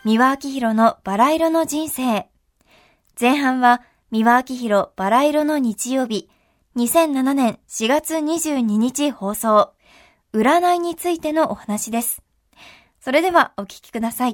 三輪明宏のバラ色の人生。前半は三輪明宏バラ色の日曜日、2007年4月22日放送、占いについてのお話です。それではお聞きください。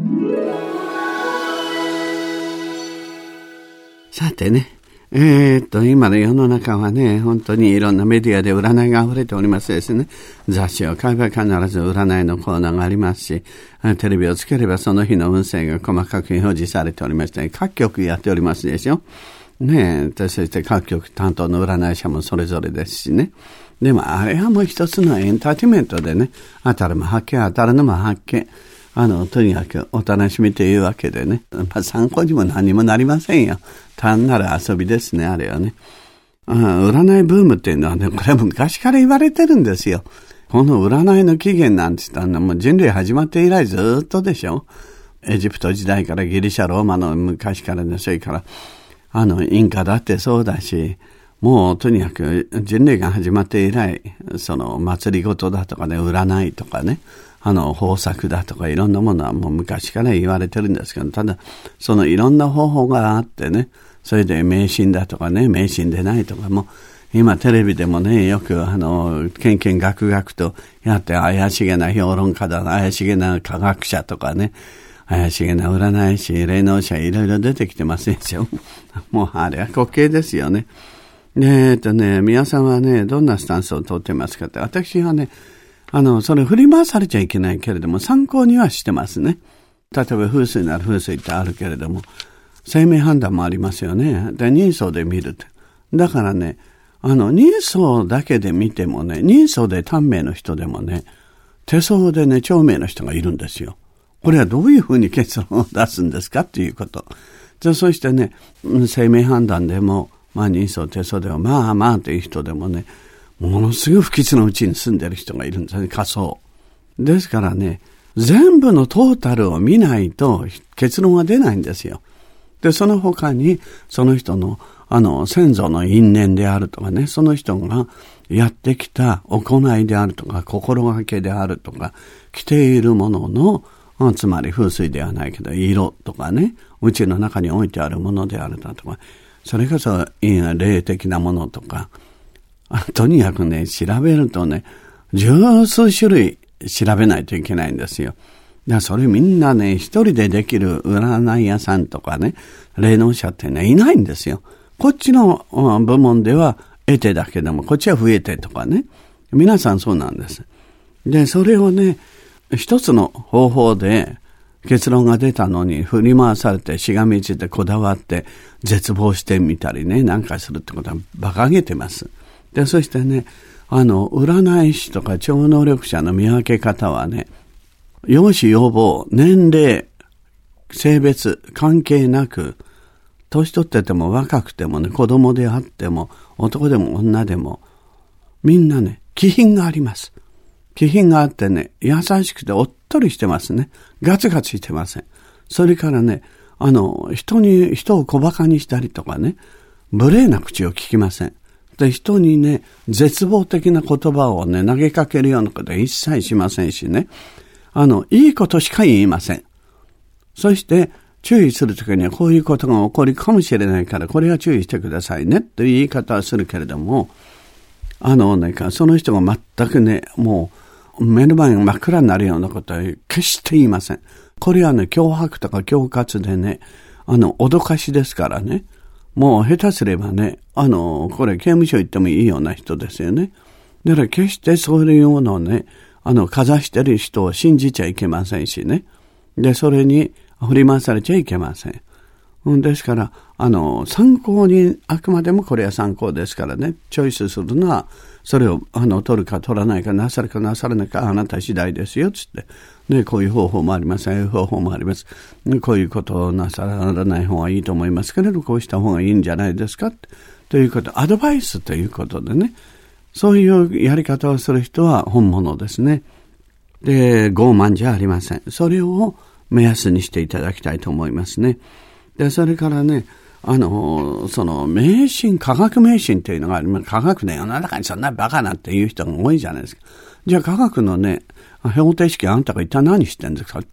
さてね、今の世の中はね、本当にいろんなメディアで占いが溢れておりますですね。雑誌を買えば必ず占いのコーナーがありますし、テレビをつければその日の運勢が細かく表示されておりまして、各局やっておりますでしょ。ねえ、そして各局担当の占い師もそれぞれですしね。でもあれはもう一つのエンターテインメントでね、当たるも発見、当たるのも発見。とにかくお楽しみというわけでね、参考にも何にもなりませんよ。単なる遊びですね、あれはね。占いブームっていうのはね、これは昔から言われてるんですよ。この占いの起源なんて言ったらもう人類始まって以来ずっとでしょ。エジプト時代からギリシャ、ローマの昔からね、それからインカだってそうだし、もうとにかく人類が始まって以来、その祭りごとだとかね、占いとかね、豊作だとかいろんなものはもう昔から言われてるんですけど、ただそのいろんな方法があってね、それで迷信だとかね、迷信でないとかも、今テレビでもね、よくけんけんがくがくとやって怪しげな評論家だ、怪しげな科学者とかね、怪しげな占い師、霊能者いろいろ出てきてますでしょ。もうあれは滑稽ですよね。皆さんはね、どんなスタンスを取ってますかって、私はね、それ振り回されちゃいけないけれども、参考にはしてますね。例えば風水なら風水ってあるけれども、生命判断もありますよね。で、人相で見るって。だからね、人相だけで見てもね、人相で短命の人でもね、手相でね、長命の人がいるんですよ。これはどういうふうに結論を出すんですかっていうこと。そしてね、生命判断でも、人相手相でも、という人でもね、ものすごい不吉のうちに住んでる人がいるんですね、仮想。ですからね、全部のトータルを見ないと結論は出ないんですよ。で、その他に、その人の、先祖の因縁であるとかね、その人がやってきた行いであるとか、心がけであるとか、着ているものの、つまり風水ではないけど、色とかね、うちの中に置いてあるものであるだとか、それこそ霊的なものとか、とにかくね、調べるとね、十数種類調べないといけないんですよ。それみんなね、一人でできる占い屋さんとかね、霊能者ってね、いないんですよ。こっちの部門では得てだけども、こっちは増えてとかね。皆さんそうなんです。で、それをね、一つの方法で結論が出たのに振り回されてしがみついてこだわって絶望してみたりね、なんかするってことは馬鹿げてます。で、そしてね、占い師とか超能力者の見分け方はね、容姿容貌、年齢、性別関係なく、年取ってても若くてもね、子供であっても男でも女でもみんなね、気品があります。気品があってね、優しくておっとりしてますね。ガツガツしてません。それからね、人を小馬鹿にしたりとかね、無礼な口を聞きません。で、人にね、絶望的な言葉をね、投げかけるようなことは一切しませんしね、いいことしか言いません。そして、注意するときにはこういうことが起こるかもしれないから、これは注意してくださいね、という言い方はするけれども、その人が全くね、もう、目の前が真っ暗になるようなことは決して言いません。これはね、脅迫とか恐喝でね、脅かしですからね、もう下手すればね、これ刑務所行ってもいいような人ですよね。だから決してそういうものをね、かざしてる人を信じちゃいけませんしね。で、それに振り回されちゃいけません。ですから、参考に、あくまでもこれは参考ですからね、チョイスするのは、それを、取るか取らないか、なさるかなさらないか、あなた次第ですよ、つって。で、こういう方法もあります、ああいう方法もあります。こういうことをなさらない方がいいと思いますけれど、こうした方がいいんじゃないですか、ということ、アドバイスということでね、そういうやり方をする人は本物ですね。で、傲慢じゃありません。それを目安にしていただきたいと思いますね。で、それからね、その迷信、科学迷信っていうのがあります。科学ね、世の中にそんなバカなっていう人が多いじゃないですか。じゃあ科学のね、方程式あんたが一体何してんですか？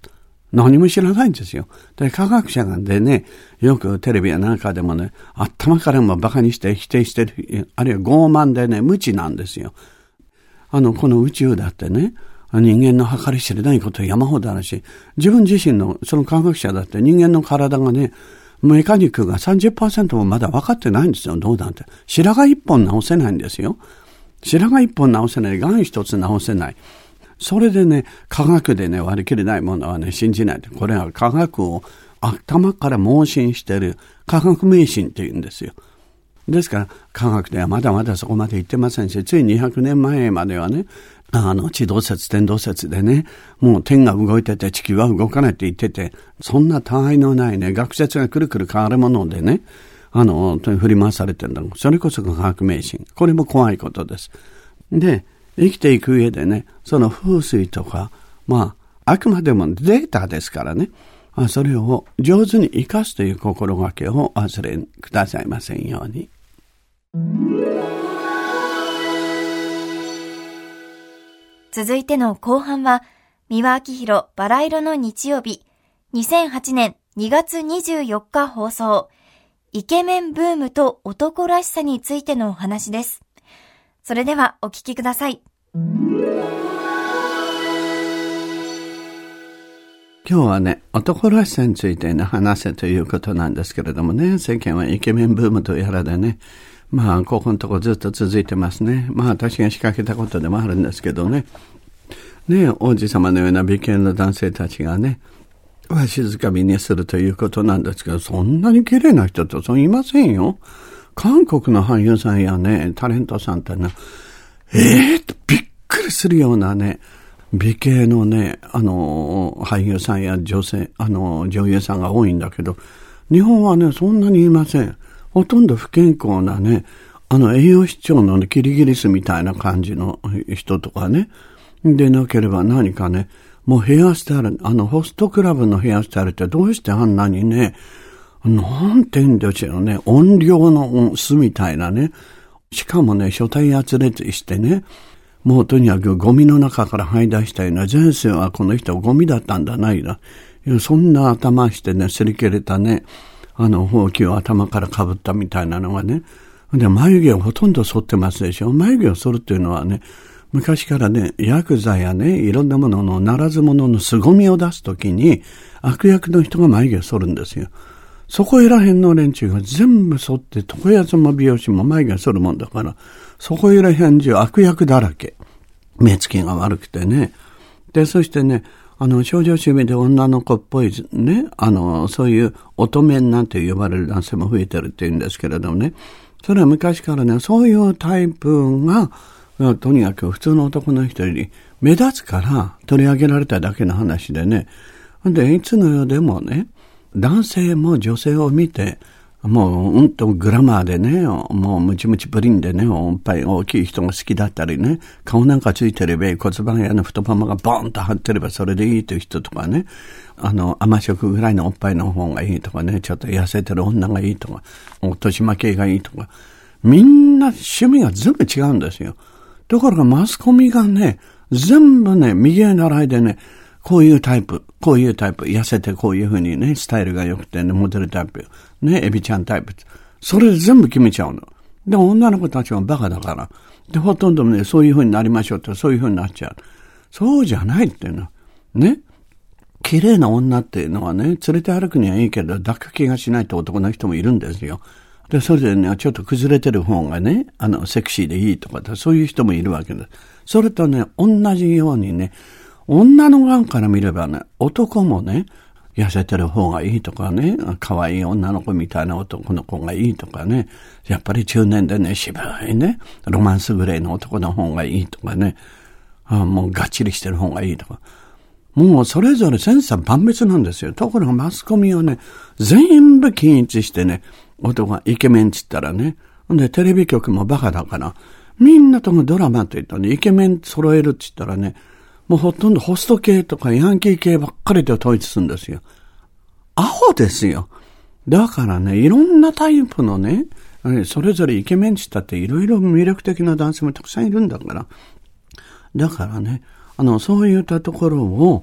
何も知らないんですよ。で、科学者でね、よくテレビやなんかでもね、頭からも馬鹿にして否定してる、あるいは傲慢でね、無知なんですよ。この宇宙だってね、人間の計り知れないこと山ほどあるし、自分自身のその科学者だって人間の体がね、メカニックが 30% もまだ分かってないんですよ、どうなんて。白髪一本直せないんですよ。白髪一本直せない、癌一つ直せない。それでね、科学でね、割り切れないものはね、信じない。これは科学を頭から盲信している科学迷信って言うんですよ。ですから、科学ではまだまだそこまで行ってませんし、つい200年前まではね、地動説、天動説でね、もう天が動いてて地球は動かないって言ってて、そんな他愛のないね、学説がくるくる変わるものでね、振り回されてるんだ。それこそ科学迷信。これも怖いことです。で、生きていく上でね、その風水とか、あくまでもデータですからね、それを上手に生かすという心がけを忘れくださいませんように。 続いての後半は、三輪明宏バラ色の日曜日、2008年2月24日放送、イケメンブームと男らしさについてのお話です。それではお聞きください。 今日はね、男らしさについてね、話せということなんですけれどもね、世間はイケメンブームとやらでね、ここのとこずっと続いてますね。私が仕掛けたことでもあるんですけどね。王子様のような美形の男性たちがね、わしづかみにするということなんですけど、そんなに綺麗な人とそういませんよ。韓国の俳優さんやね、タレントさんってね、とびっくりするようなね、美形のね、俳優さんや女性、女優さんが多いんだけど、日本はね、そんなにいません。ほとんど不健康なね、栄養失調の、ね、キリギリスみたいな感じの人とかね。でなければ何かね、もうヘアスタイル、ホストクラブのヘアスタイルってどうしてあんなにね、なんて言うんでしょうね、音量の巣みたいなね。しかもね、書体圧裂してね、もうとにかくゴミの中から這い出したような、前世はこの人ゴミだったんだないな。そんな頭してね、擦り切れたね、ほうきを頭から被ったみたいなのがね。で、眉毛をほとんど剃ってますでしょ。眉毛を剃るっていうのはね、昔からね、ヤクザやね、いろんなもののならず者の凄みを出すときに、悪役の人が眉毛を剃るんですよ。そこいらへんの連中が全部剃って、床屋も美容師も眉毛を剃るもんだから、そこいらへん中悪役だらけ。目つきが悪くてね。で、そしてね、少女趣味で女の子っぽいね、そういう乙女なんて呼ばれる男性も増えてるって言うんですけれどもね。それは昔からね、そういうタイプが、とにかく普通の男の人より目立つから取り上げられただけの話でね。で、いつの世でもね、男性も女性を見て、もうグラマーでね、もうムチムチプリンでね、おっぱい大きい人が好きだったりね、顔なんかついてれば骨盤や太ももがボーンと張ってればそれでいいという人とかね、甘食ぐらいのおっぱいの方がいいとかね、ちょっと痩せてる女がいいとか、豊島系がいいとか、みんな趣味が全部違うんですよ。ところがマスコミがね、全部ね、右へ習いでね、こういうタイプ、痩せてこういう風にね、スタイルが良くてね、モデルタイプ、ね、エビちゃんタイプ。それで全部決めちゃうの。で、女の子たちはバカだから。で、ほとんどね、そういう風になりましょうって、そういう風になっちゃう。そうじゃないっていうの。ね。綺麗な女っていうのはね、連れて歩くにはいいけど、抱く気がしないって男の人もいるんですよ。で、それでね、ちょっと崩れてる方がね、セクシーでいいとか、そういう人もいるわけです。それとね、同じようにね、女の側から見ればね、男もね、痩せてる方がいいとかね、可愛い女の子みたいな男の子がいいとかね、やっぱり中年でね、渋いね、ロマンスグレーの男の方がいいとかね、もうがっちりしてる方がいいとか。もうそれぞれ千差万別なんですよ。ところがマスコミはね、全部均一してね、男がイケメンって言ったらね、で、テレビ局もバカだから、みんなともドラマって言ったらね、イケメン揃えるって言ったらね、もうほとんどホスト系とかヤンキー系ばっかりで統一するんですよ。アホですよ。だからね、いろんなタイプのね、それぞれイケメンって言ったっていろいろ魅力的な男性もたくさんいるんだから。だからね、そういったところを、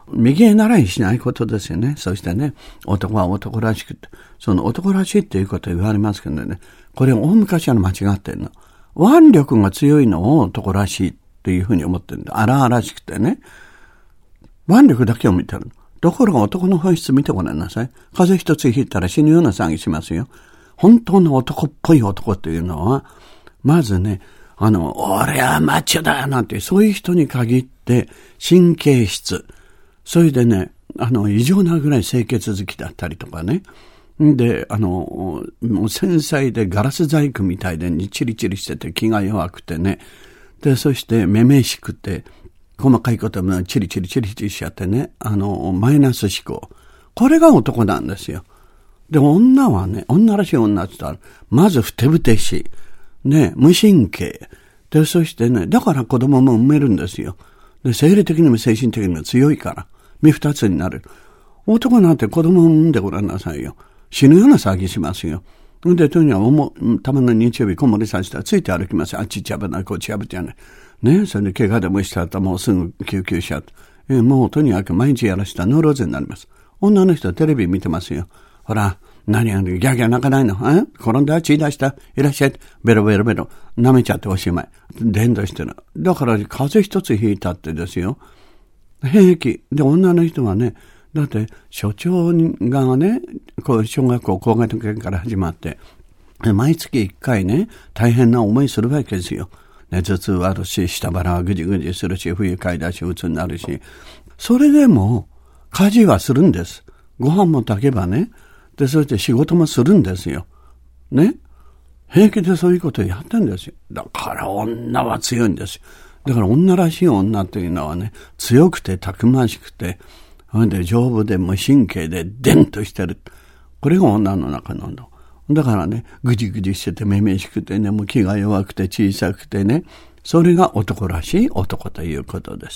右へ習いしないことですよね。そしてね、男は男らしくて、その男らしいっていうことを言われますけどね、これ大昔は間違ってんの。腕力が強いのを男らしいっていうふうに思ってるんだ。荒々しくてね。腕力だけを見てるの。ところが男の本質見てごらんなさい。風邪一つひいたら死ぬような騒ぎしますよ。本当の男っぽい男っていうのは、まずね、俺はマッチョだなんて、そういう人に限って神経質。それでね、異常なぐらい清潔好きだったりとかね。で、もう繊細でガラス細工みたいでチリチリしてて気が弱くてね。で、そしてめめしくて、細かいこともチリチリチリチリしちゃってね、マイナス思考。これが男なんですよ。で、女はね、女らしい女って言ったら、まずふてぶてしい。ね、無神経。で、そしてね、だから子供も産めるんですよ。で、生理的にも精神的にも強いから、身二つになる。男なんて子供を産んでごらんなさいよ。死ぬような騒ぎしますよ。で、とにかくたまの日曜日、こもりさせたらついて歩きます。あっちちゃぶない、こっちやぶってやね。ね、それで怪我でもしたらもうすぐ救急車。もうとにかく毎日やらしたらノイローゼになります。女の人はテレビ見てますよ。ほら、何やるギャーギャー泣かないの？転んだ？血出した？いらっしゃい。ベロベロベロ。舐めちゃっておしまい。伝導してる。だから風邪一つひいたってですよ。平気。で、女の人はね、だって所長がね、こう小学校高学年から始まって、毎月1回ね、大変な思いするわけですよ。ね、頭痛あるし、下腹はぐじぐじするし、冬かいだし、鬱になるし。それでも、家事はするんです。ご飯も炊けばね。で、そして仕事もするんですよ。ね。平気でそういうことをやってんですよ。だから女は強いんですよ。だから女らしい女っていうのはね、強くてたくましくて、で丈夫で無神経でデンとしてる。これが女の中のの。だからね、ぐじぐじしててめめしくてね、もう気が弱くて小さくてね、それが男らしい男ということです。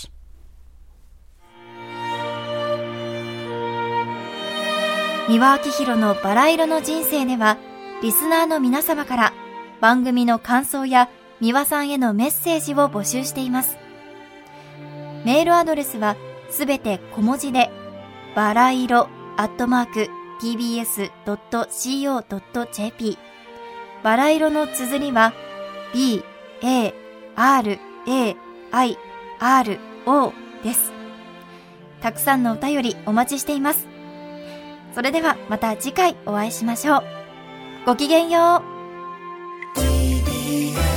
三輪明宏のバラ色の人生では、リスナーの皆様から番組の感想や三輪さんへのメッセージを募集しています。メールアドレスはすべて小文字で、バラ色@tbs.co.jp。バラ色の綴りは BARAIRO です。たくさんのお便りお待ちしています。それではまた次回お会いしましょう。ごきげんよう。